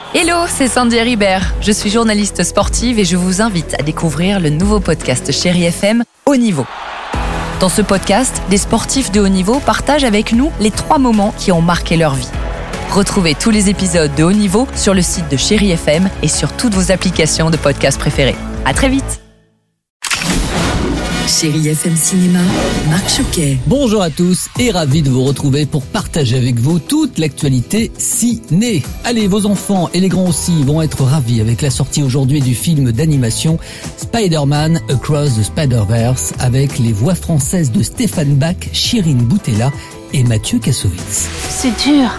Hello, c'est Sandy Ribert. Je suis journaliste sportive et je vous invite à découvrir le nouveau podcast Chéri FM, Haut Niveau. Dans ce podcast, des sportifs de haut niveau partagent avec nous les 3 moments qui ont marqué leur vie. Retrouvez tous les épisodes de Haut Niveau sur le site de Chéri FM et sur toutes vos applications de podcast préférées. À très vite. Chéri FM Cinéma, Marc Choquet. Bonjour à tous et ravi de vous retrouver pour partager avec vous toute l'actualité ciné. Allez, vos enfants et les grands aussi vont être ravis avec la sortie aujourd'hui du film d'animation Spider-Man Across the Spider-Verse avec les voix françaises de Stéphane Bach, Chirine Boutella et Mathieu Kassovitz. C'est dur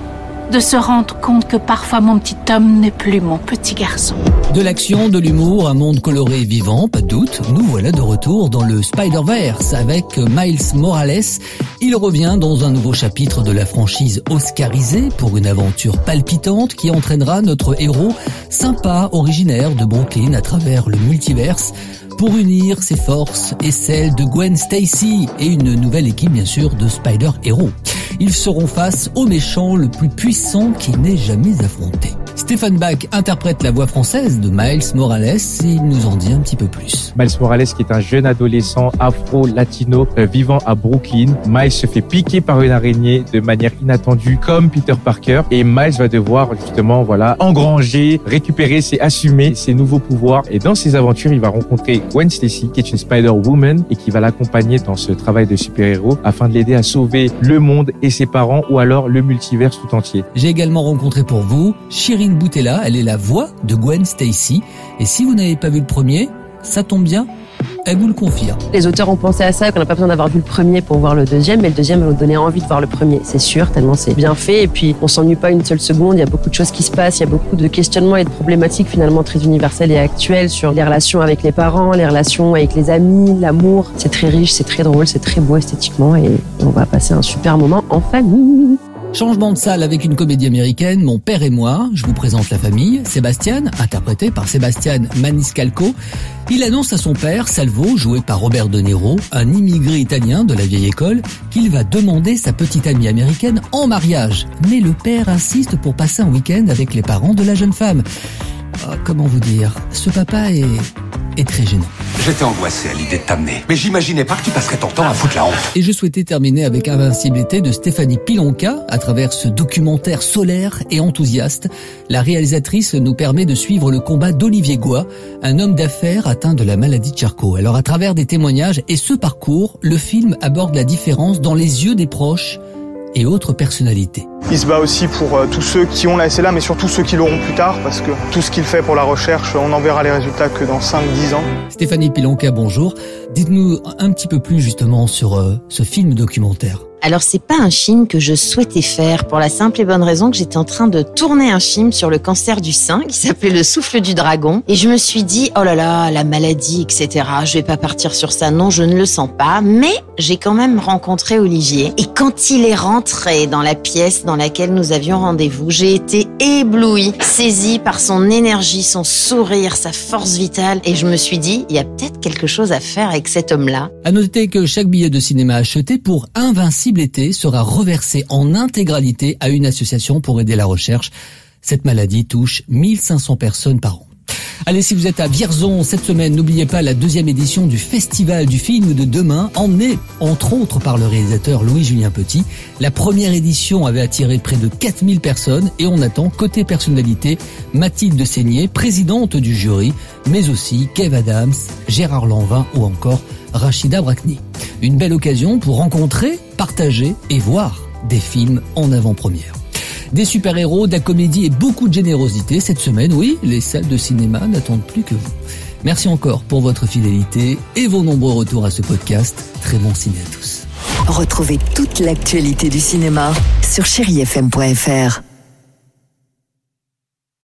de se rendre compte que parfois mon petit homme n'est plus mon petit garçon. De l'action, de l'humour, un monde coloré et vivant, pas de doute, nous voilà de retour dans le Spider-Verse avec Miles Morales. Il revient dans un nouveau chapitre de la franchise oscarisée pour une aventure palpitante qui entraînera notre héros sympa, originaire de Brooklyn à travers le multiverse pour unir ses forces et celles de Gwen Stacy et une nouvelle équipe bien sûr de Spider-Héros. Ils seront face au méchant le plus puissant qui n'ait jamais affronté. Stéphane Bach interprète la voix française de Miles Morales et il nous en dit un petit peu plus. Miles Morales qui est un jeune adolescent afro-latino vivant à Brooklyn. Miles se fait piquer par une araignée de manière inattendue comme Peter Parker et Miles va devoir justement engranger, récupérer, assumer ses nouveaux pouvoirs et dans ses aventures il va rencontrer Gwen Stacy qui est une Spider-Woman et qui va l'accompagner dans ce travail de super-héros afin de l'aider à sauver le monde et ses parents ou alors le multiverse tout entier. J'ai également rencontré pour vous Chirine Boutella, elle est la voix de Gwen Stacy. Et si vous n'avez pas vu le premier, ça tombe bien, elle vous le confirme. Les auteurs ont pensé à ça, qu'on n'a pas besoin d'avoir vu le premier pour voir le deuxième, mais le deuxième va nous donner envie de voir le premier, c'est sûr, tellement c'est bien fait. Et puis on s'ennuie pas une seule seconde, il y a beaucoup de choses qui se passent, il y a beaucoup de questionnements et de problématiques finalement très universelles et actuelles sur les relations avec les parents, les relations avec les amis, l'amour. C'est très riche, c'est très drôle, c'est très beau esthétiquement et on va passer un super moment en famille. Changement de salle avec une comédie américaine, Mon père et moi. Je vous présente la famille. Sébastien, interprété par Sébastien Maniscalco. Il annonce à son père, Salvo, joué par Robert De Niro, un immigré italien de la vieille école, qu'il va demander sa petite amie américaine en mariage. Mais le père insiste pour passer un week-end avec les parents de la jeune femme. Comment vous dire, ce papa est très gênant. J'étais angoissé à l'idée de t'amener, mais j'imaginais pas que tu passerais ton temps à foutre la honte. Et je souhaitais terminer avec Invincibilité de Stéphanie Pilonka. À travers ce documentaire solaire et enthousiaste, la réalisatrice nous permet de suivre le combat d'Olivier Goy, un homme d'affaires atteint de la maladie de Charcot. Alors à travers des témoignages et ce parcours, le film aborde la différence dans les yeux des proches et autres personnalités. Il se bat aussi pour tous ceux qui ont la SLA, mais surtout ceux qui l'auront plus tard, parce que tout ce qu'il fait pour la recherche, on n'en verra les résultats que dans 5-10 ans. Stéphanie Pilonka, bonjour. Dites-nous un petit peu plus justement sur ce film documentaire. Alors c'est pas un film que je souhaitais faire pour la simple et bonne raison que j'étais en train de tourner un film sur le cancer du sein qui s'appelait Le souffle du dragon et je me suis dit oh là là la maladie etc. Je vais pas partir sur ça, non je ne le sens pas, mais j'ai quand même rencontré Olivier et quand il est rentré dans la pièce dans laquelle nous avions rendez-vous, j'ai été éblouie, saisie par son énergie, son sourire, sa force vitale et je me suis dit il y a peut-être quelque chose à faire avec cet homme-là. À noter que chaque billet de cinéma acheté pour Invincibilité sera reversé en intégralité à une association pour aider la recherche. Cette maladie touche 1500 personnes par an. Allez, si vous êtes à Vierzon cette semaine, n'oubliez pas la 2e édition du Festival du film de demain, emmené entre autres par le réalisateur Louis-Julien Petit. La première édition avait attiré près de 4000 personnes et on attend côté personnalité Mathilde Seigné, présidente du jury, mais aussi Kev Adams, Gérard Lanvin ou encore Rachida Brakni. Une belle occasion pour rencontrer, partager et voir des films en avant-première. Des super-héros, de la comédie et beaucoup de générosité cette semaine. Oui, les salles de cinéma n'attendent plus que vous. Merci encore pour votre fidélité et vos nombreux retours à ce podcast. Très bon ciné à tous. Retrouvez toute l'actualité du cinéma sur chérifm.fr.